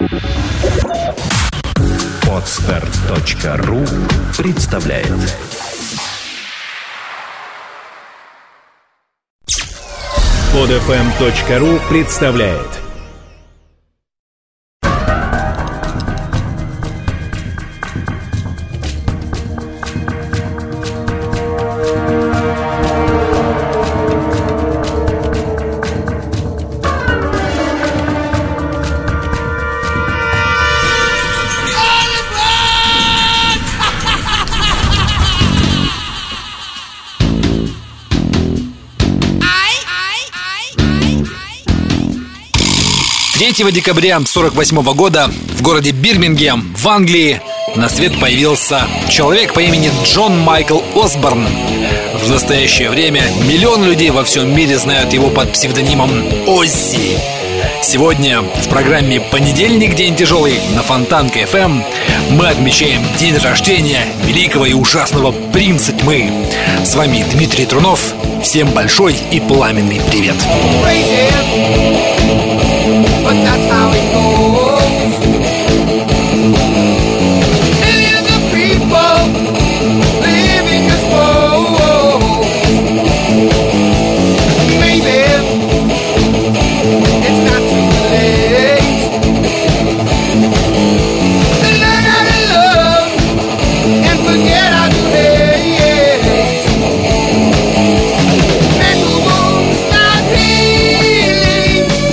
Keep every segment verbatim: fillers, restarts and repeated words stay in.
Подстер точка ру представляет. Под эф эм точка ру представляет. третьего декабря сорок восьмого года в городе Бирмингем в Англии на свет появился человек по имени Джон Майкл Осборн. В настоящее время миллион людей во всем мире знают его под псевдонимом Оззи. Сегодня в программе «Понедельник. День тяжелый» на Фонтанка эф эм мы отмечаем день рождения великого и ужасного принца тьмы. С вами Дмитрий Трунов. Всем большой и пламенный привет. But that's how it goes. Millions of people living this world. Maybe it's not too late to learn how to love and forget how to hate. Mental wounds not healing.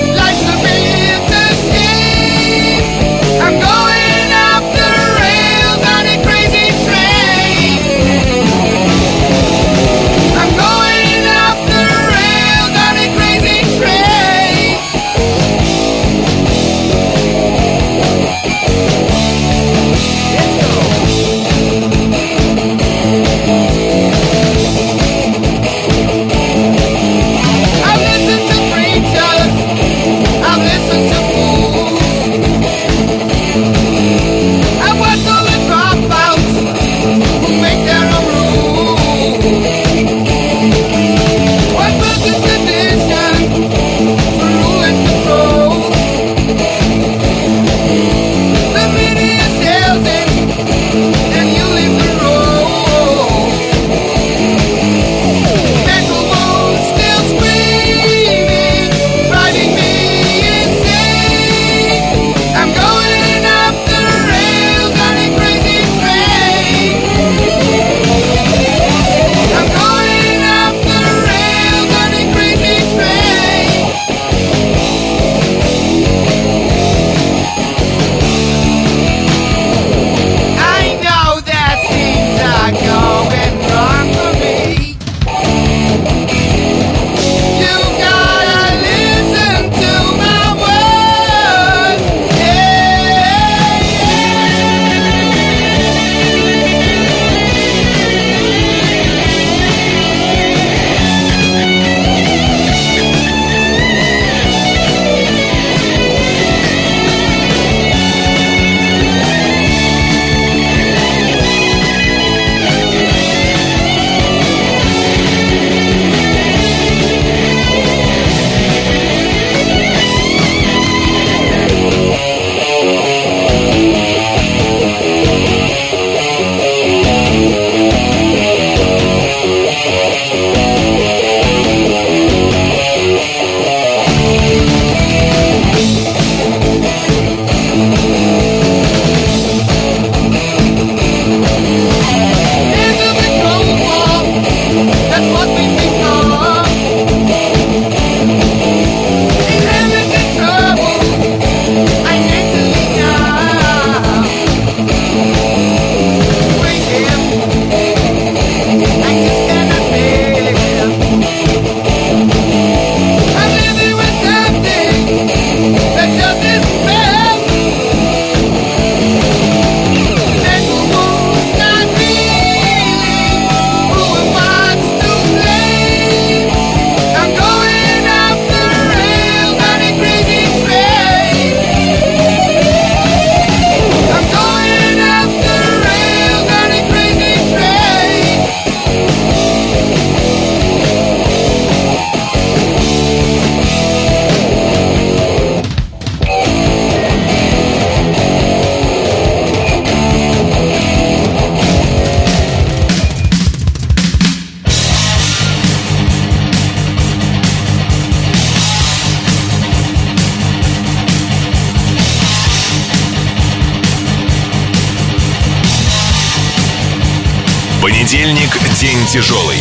Понедельник – день тяжелый.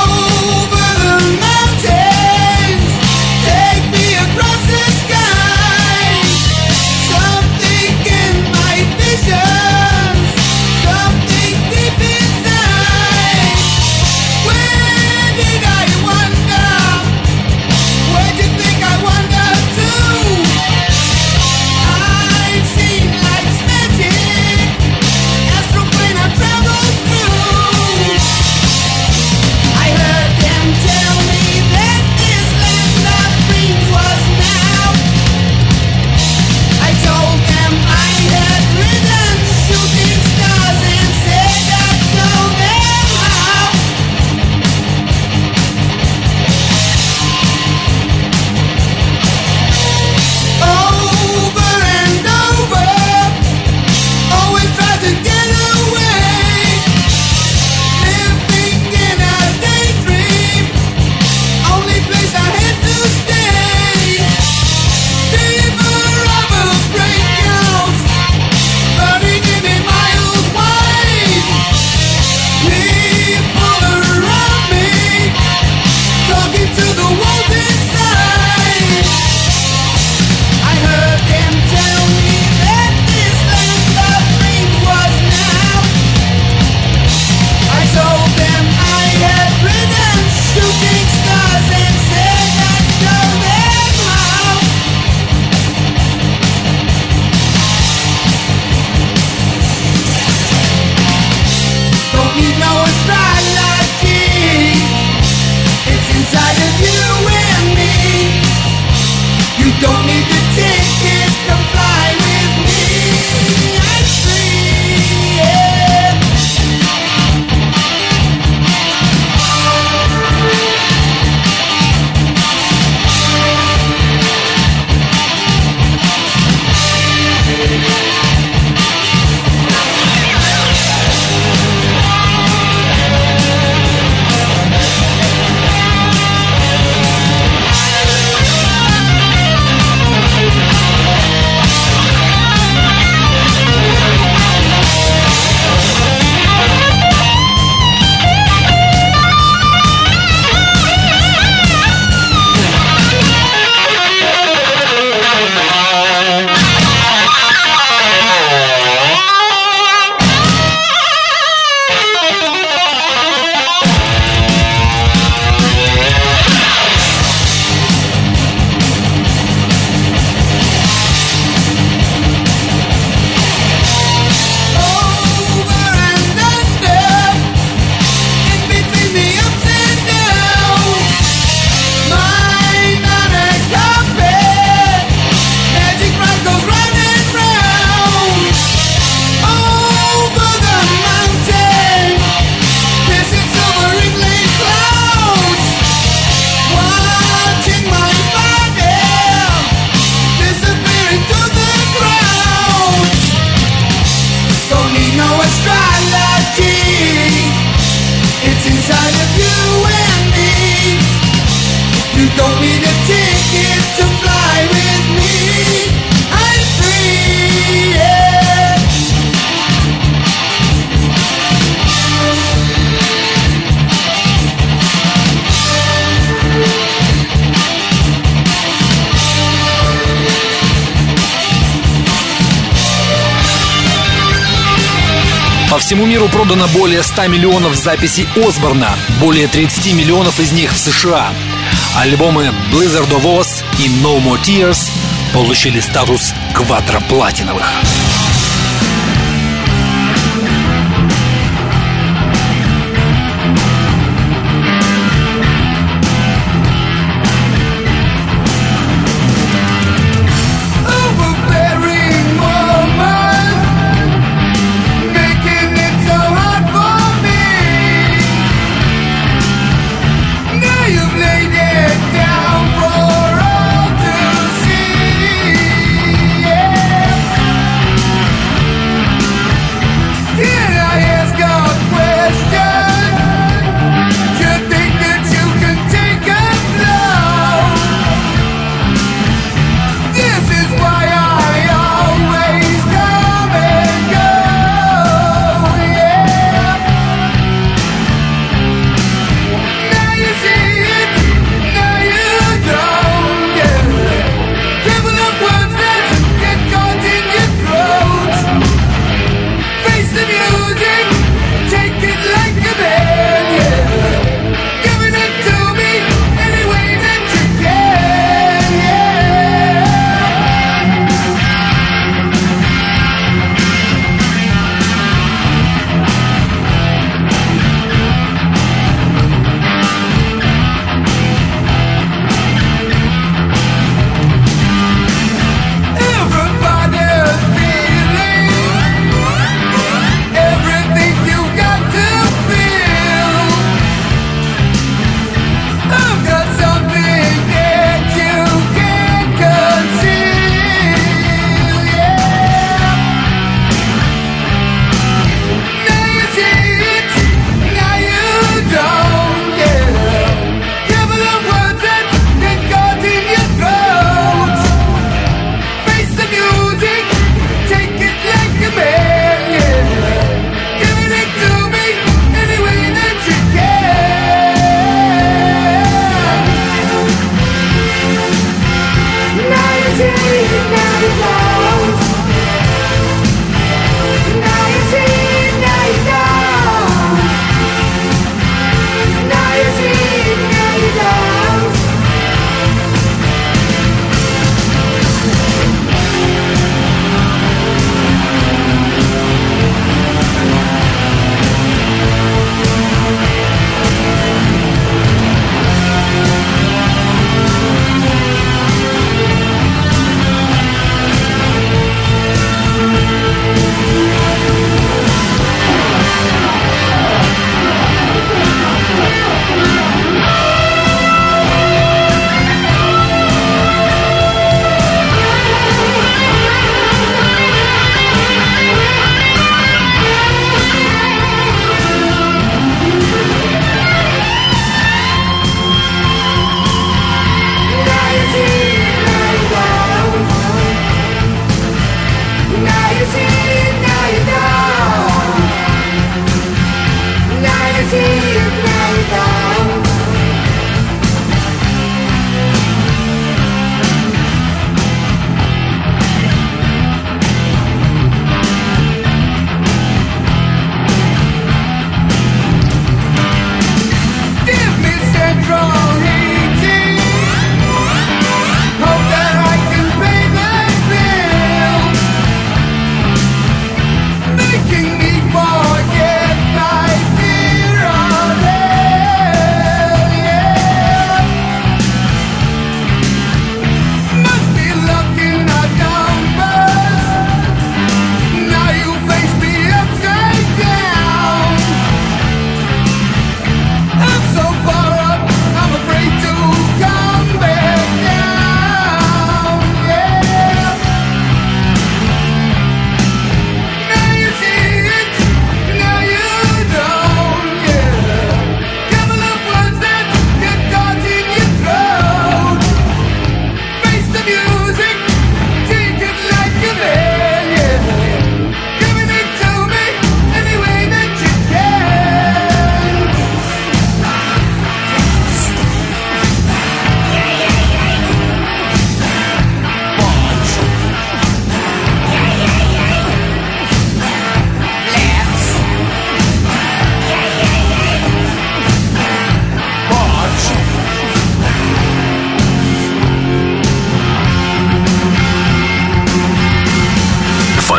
По всему миру продано более ста миллионов записей Осборна, более тридцати миллионов из них в США. Альбомы Blizzard of Oz и No More Tears получили статус квадроплатиновых. Down for all to see, yeah.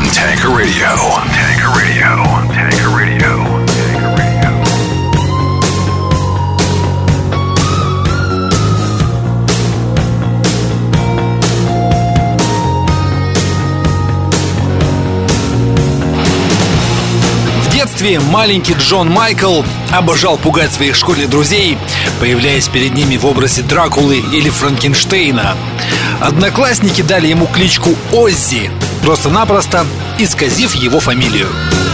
on Tanker Radio. On Tanker Radio. On Tanker Radio. Tanker Radio. В детстве маленький Джон Майкл обожал пугать своих школьных друзей, появляясь перед ними в образе Дракулы или Франкенштейна. Одноклассники дали ему кличку Оззи, просто-напросто исказив его фамилию.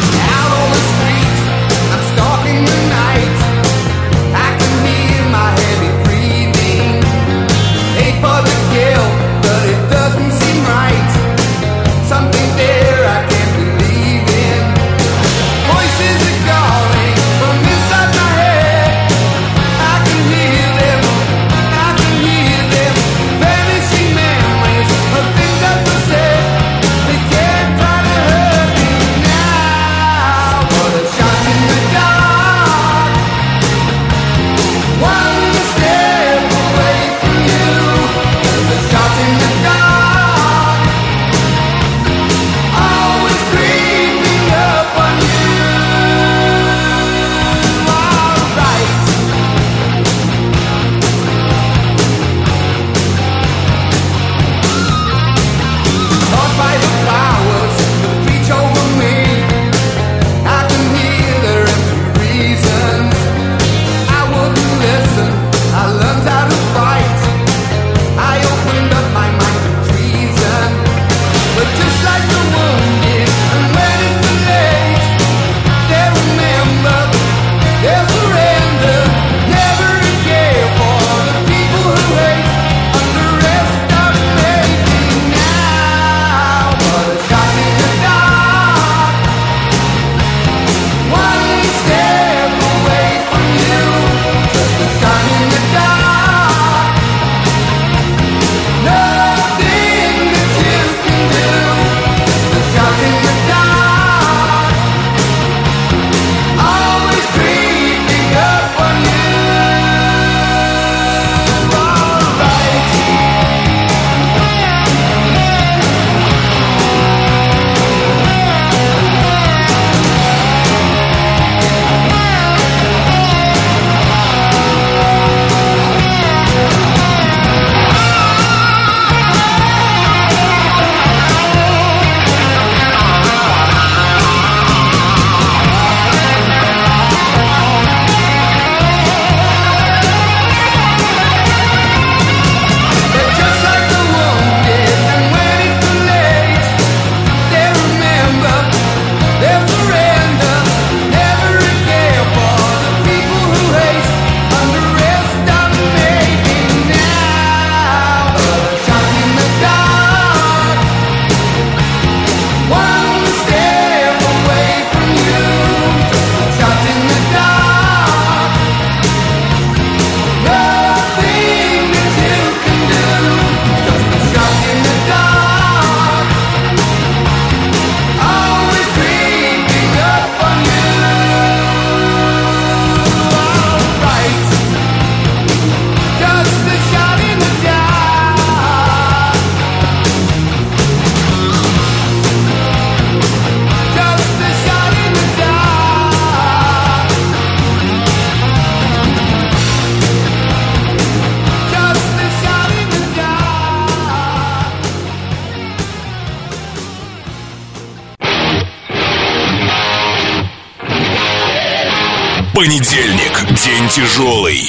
Понедельник. День тяжелый.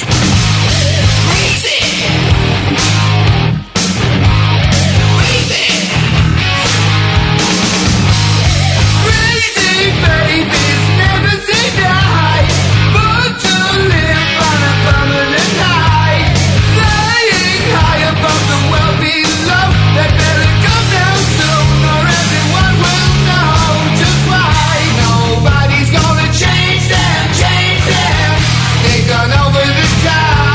Over the top.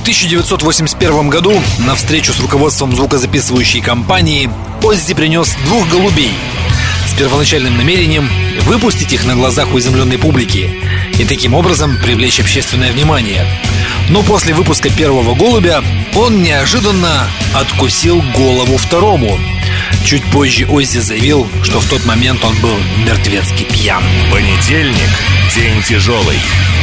тысяча девятьсот восемьдесят первом году на встречу с руководством звукозаписывающей компании Оззи принес двух голубей с первоначальным намерением выпустить их на глазах у изумленной публики и таким образом привлечь общественное внимание. Но после выпуска первого голубя он неожиданно откусил голову второму. Чуть позже Оззи заявил, что в тот момент он был мертвецки пьян. Понедельник – день тяжелый.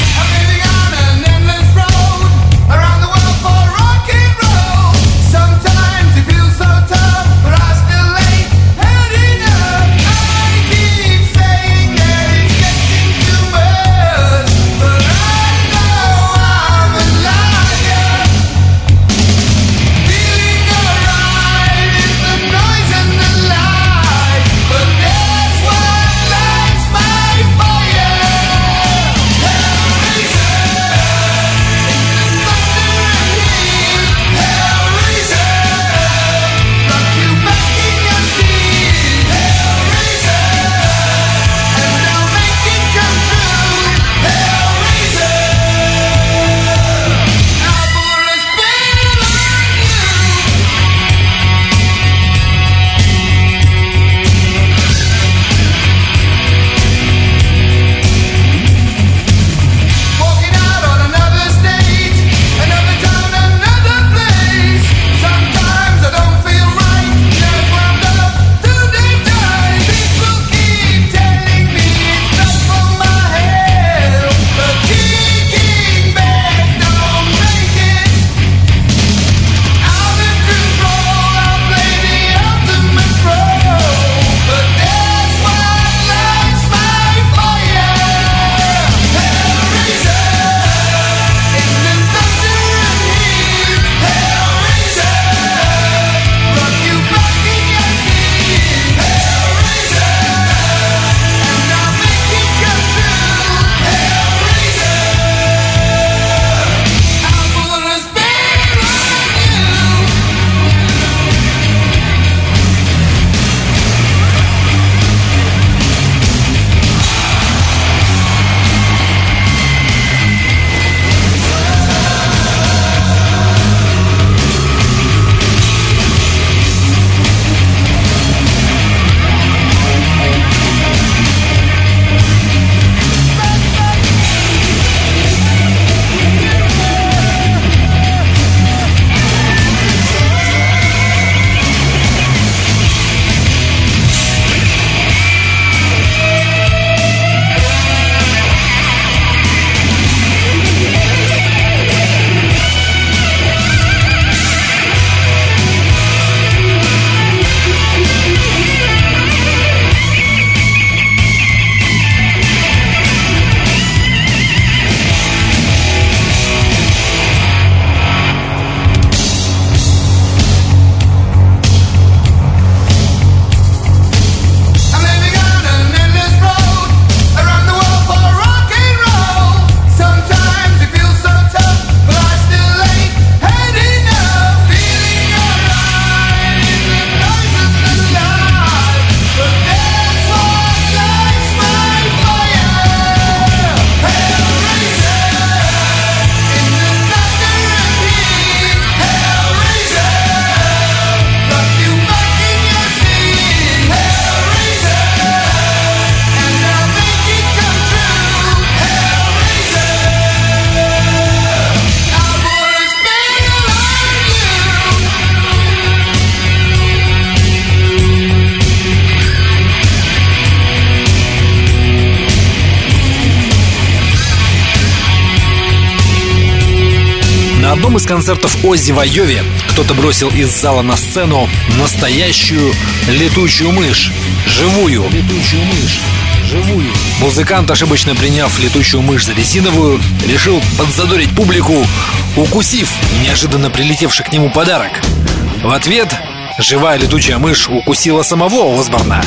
На одном из концертов Оззи в Айове кто-то бросил из зала на сцену настоящую летучую мышь. Живую. Летучую мышь. Живую. Музыкант, ошибочно приняв летучую мышь за резиновую, решил подзадорить публику, укусив неожиданно прилетевший к нему подарок. В ответ живая летучая мышь укусила самого Осборна.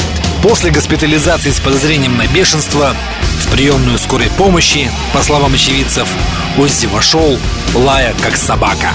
После госпитализации с подозрением на бешенство в приемную скорой помощи, по словам очевидцев, Оззи вошел, лая как собака.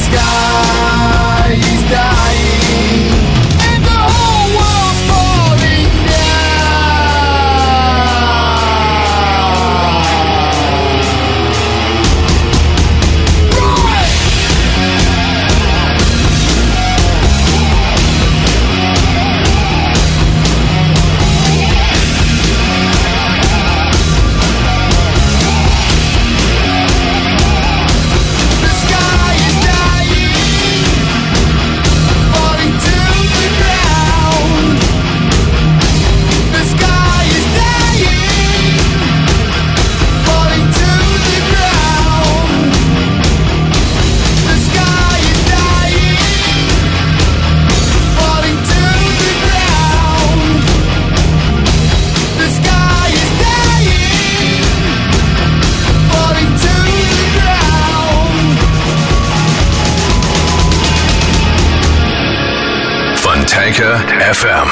Fontanka эф эм.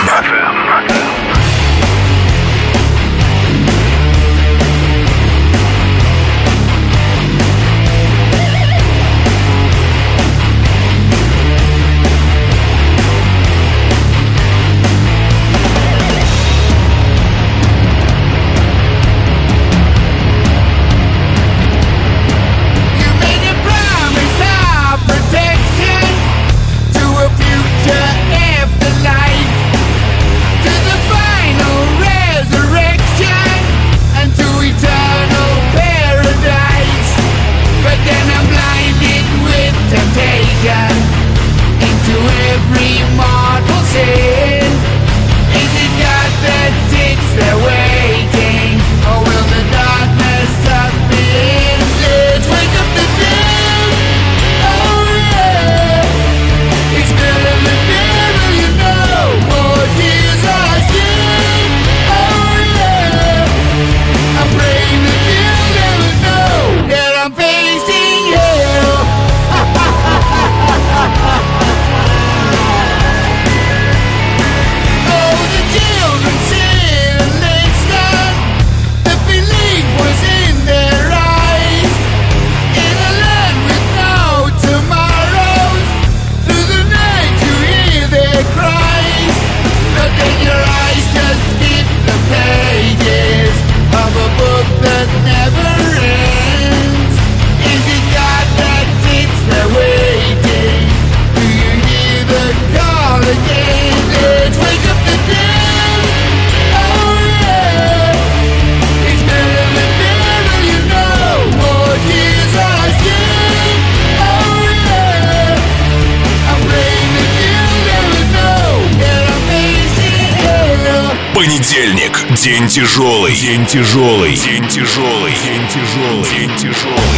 Понедельник. День тяжелый. День тяжелый. День тяжелый. День тяжелый. День тяжелый.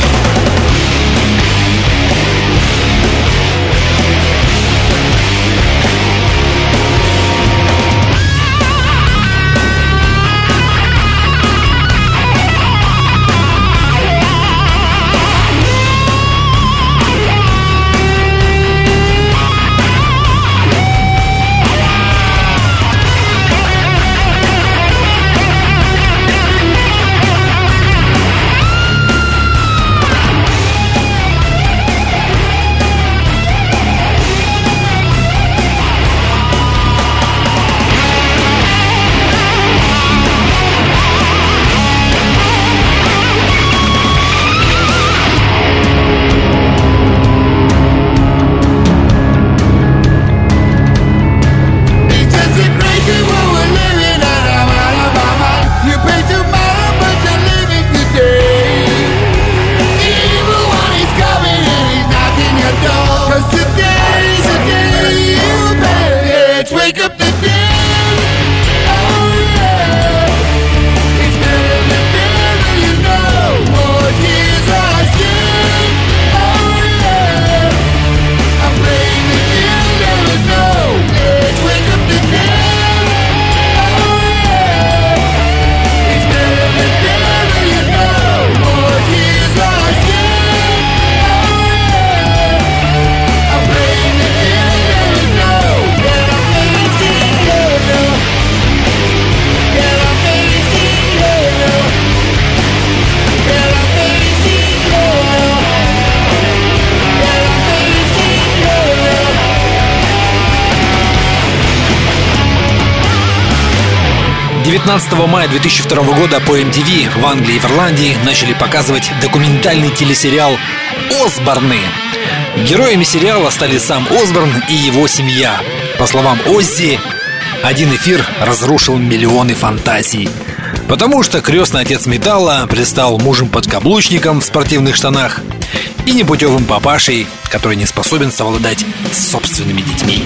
девятнадцатого мая две тысячи второго года по эм ти ви в Англии и в Ирландии начали показывать документальный телесериал «Осборны». Героями сериала стали сам Осборн и его семья. По словам Оззи, один эфир разрушил миллионы фантазий. Потому что крестный отец металла предстал мужем-подкаблучником в спортивных штанах и непутевым папашей, который не способен совладать с собственными детьми.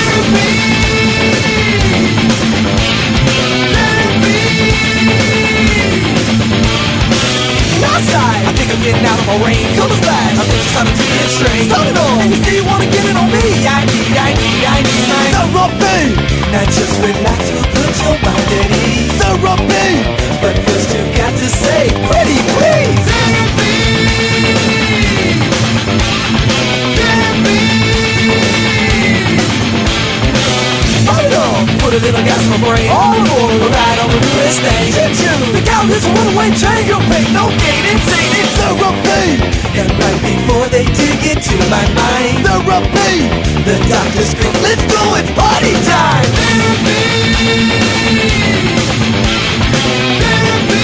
I think I'm getting out of my range. Color flash, I think it's starting to get strange. Start it on, and you say you wanna get it on me. I need, I need, I need my therapy. Now just relax, we'll put your mind at ease. Therapy, but first you got to say, pretty please. Therapy, therapy. Start it on, put a little gas in my brain. All aboard, we'll ride on the newest thing. Choo-choo, the cow is a runaway train. You'll pay no gain, insane, it's therapy. And right before they dig into my mind, therapy. The doctor screams, let's go, it's party time. Therapy, therapy.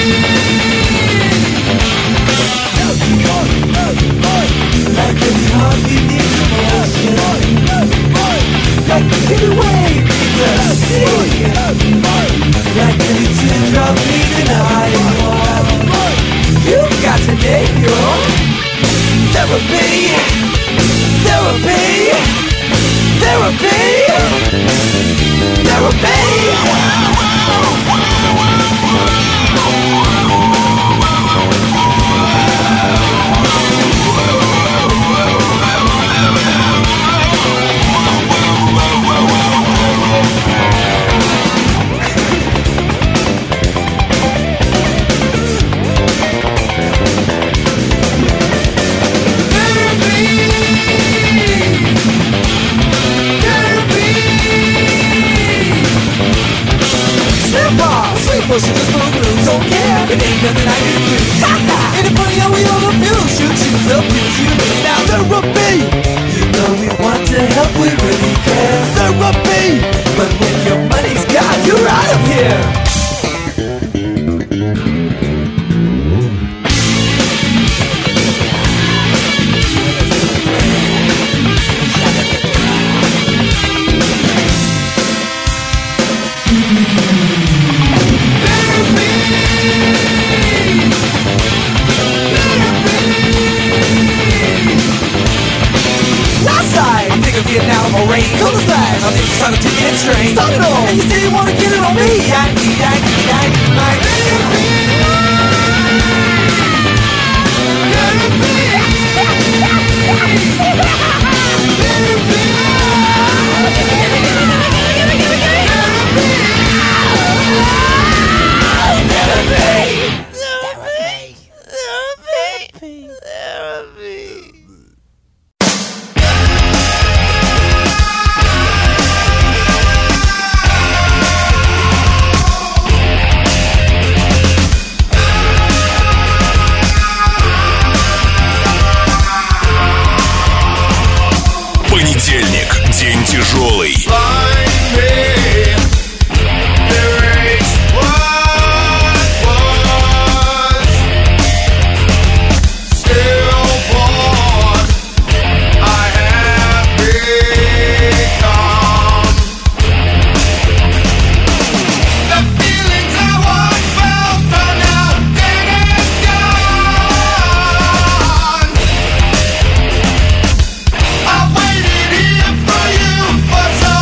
Like a heartbeat needs emotion. Like a big wave needs a sea. Like a teardrop needs an eye. You've got to name your therapy, therapy, therapy, therapy. Well, she just broke loose, don't care, it ain't nothing I can do. Ain't it funny how we all abuse? You choose up, you choose now. Therapy, you know we want to help, we really care. Therapy, but when your money's gone, you're out of here. Getting out of my range. Color flash, I think it's starting to get strange. Start it on, and you say you wanna get it on me. I need, I need, I need my therapy. День тяжелый. I waited here for you for some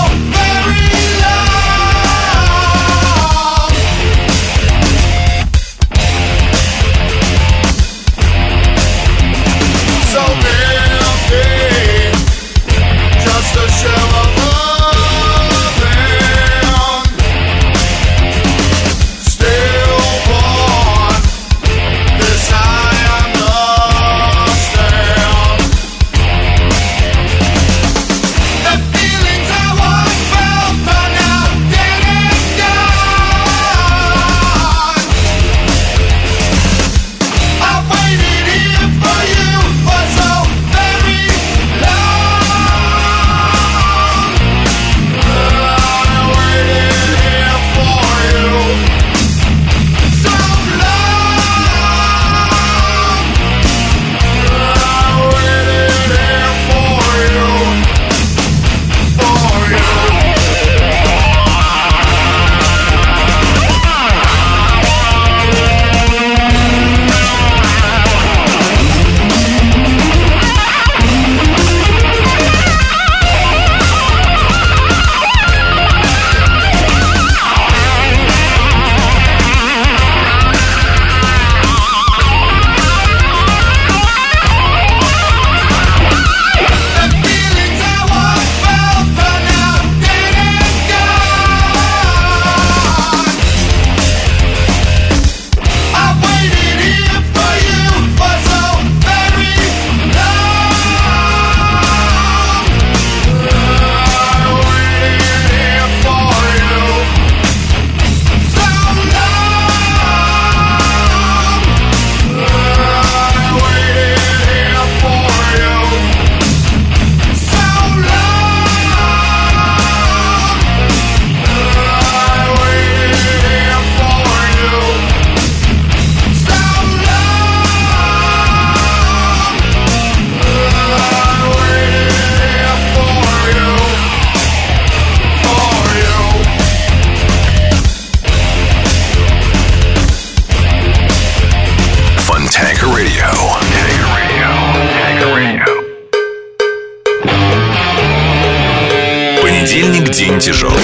День тяжелый.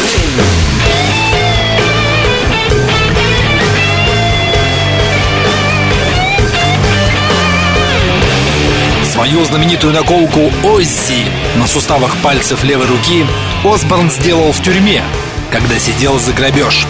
Свою знаменитую наколку Оззи на суставах пальцев левой руки Осборн сделал в тюрьме, когда сидел за грабеж.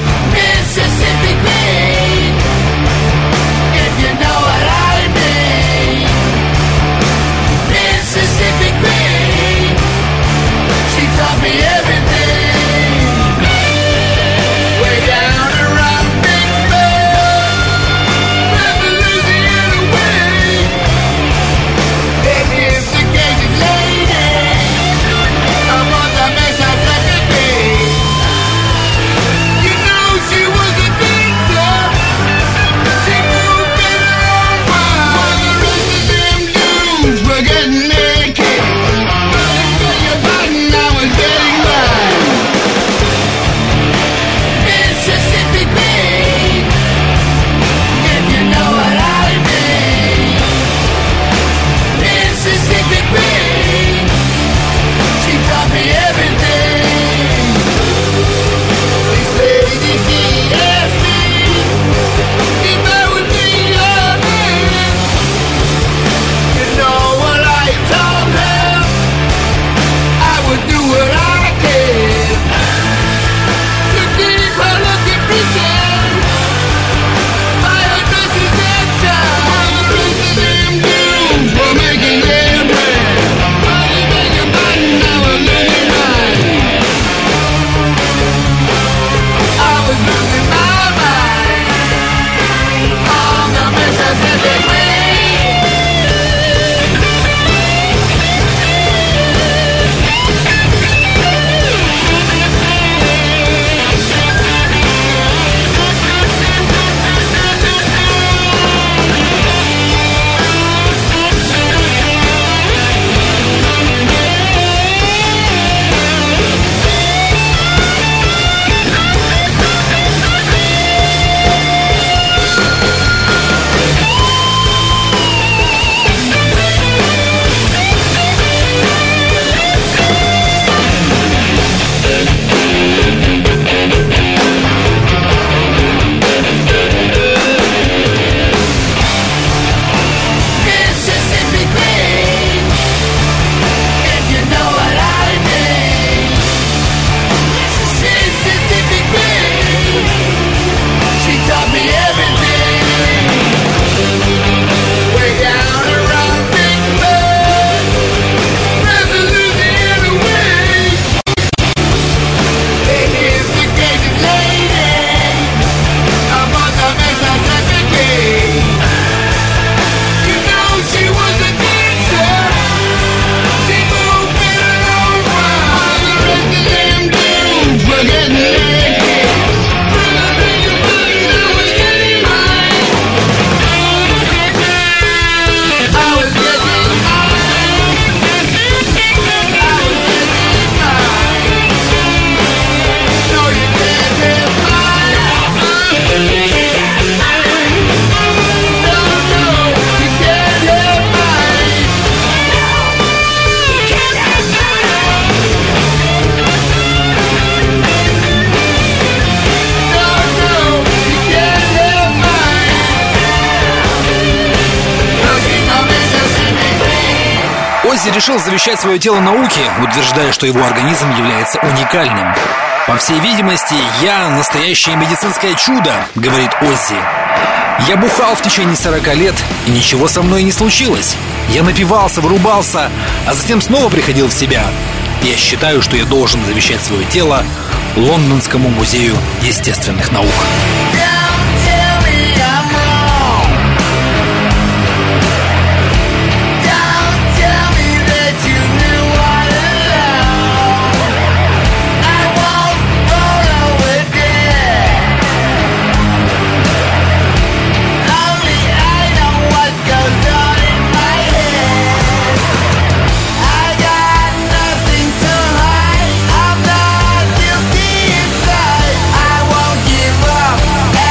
Оззи решил завещать свое тело науке, утверждая, что его организм является уникальным. «По всей видимости, я настоящее медицинское чудо», — говорит Оззи. «Я бухал в течение сорока лет, и ничего со мной не случилось. Я напивался, вырубался, а затем снова приходил в себя. Я считаю, что я должен завещать свое тело Лондонскому музею естественных наук». I won't give up.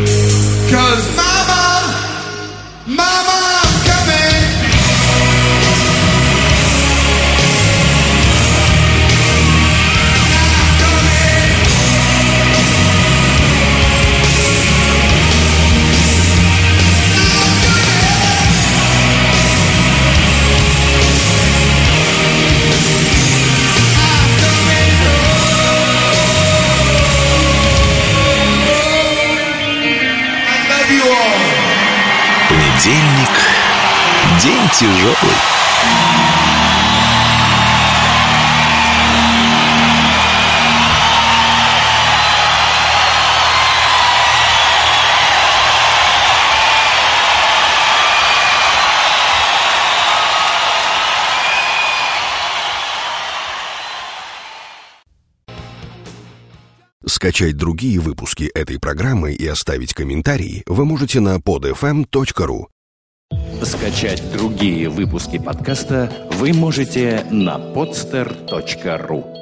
тяжелый. Скачать другие выпуски этой программы и оставить комментарии вы можете на под эф эм точка ру. Скачать другие выпуски подкаста вы можете на подстер точка ру.